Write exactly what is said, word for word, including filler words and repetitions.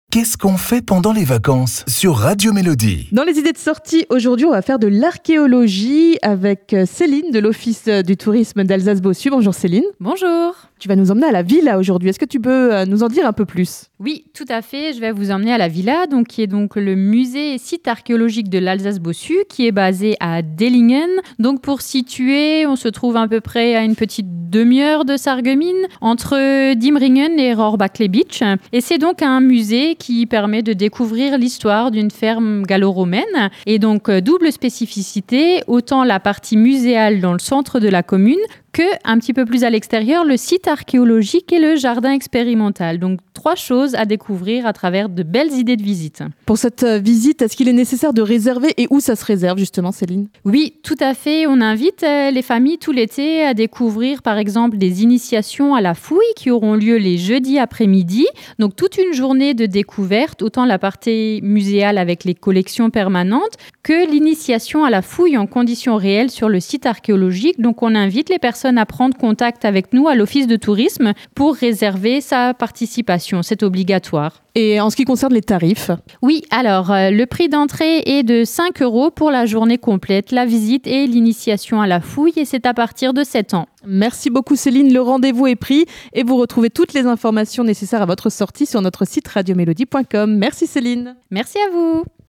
Qu'est-ce qu'on fait pendant les vacances sur Radio Mélodie? Dans les idées de sortie, aujourd'hui, on va faire de l'archéologie avec Céline de l'Office du tourisme d'Alsace-Bossu. Bonjour Céline. Bonjour. Tu vas nous emmener à la villa aujourd'hui. Est-ce que tu peux nous en dire un peu plus? Oui, tout à fait. Je vais vous emmener à la villa, donc, qui est donc le musée et site archéologique de l'Alsace-Bossu, qui est basé à Dellingen. Donc pour situer, on se trouve à peu près à une petite demi-heure de Sarreguemines, entre Diemringen et Rohrbach-les-Beach. Et c'est donc un musée qui permet de découvrir l'histoire d'une ferme gallo-romaine. Et donc double spécificité, autant la partie muséale dans le centre de la commune, que, un petit peu plus à l'extérieur, le site archéologique et le jardin expérimental. Donc, trois choses à découvrir à travers de belles idées de visite. Pour cette visite, est-ce qu'il est nécessaire de réserver et où ça se réserve justement, Céline? Oui, tout à fait. On invite les familles tout l'été à découvrir, par exemple, des initiations à la fouille qui auront lieu les jeudis après-midi. Donc, toute une journée de découverte, autant la partie muséale avec les collections permanentes que l'initiation à la fouille en conditions réelles sur le site archéologique. Donc, on invite les personnes à prendre contact avec nous à l'Office de tourisme pour réserver sa participation. C'est obligatoire. Et en ce qui concerne les tarifs? Oui, alors euh, le prix d'entrée est de cinq euros pour la journée complète, la visite et l'initiation à la fouille, et c'est à partir de sept ans. Merci beaucoup Céline, le rendez-vous est pris et vous retrouvez toutes les informations nécessaires à votre sortie sur notre site radio mélodie point com. Merci Céline. Merci à vous.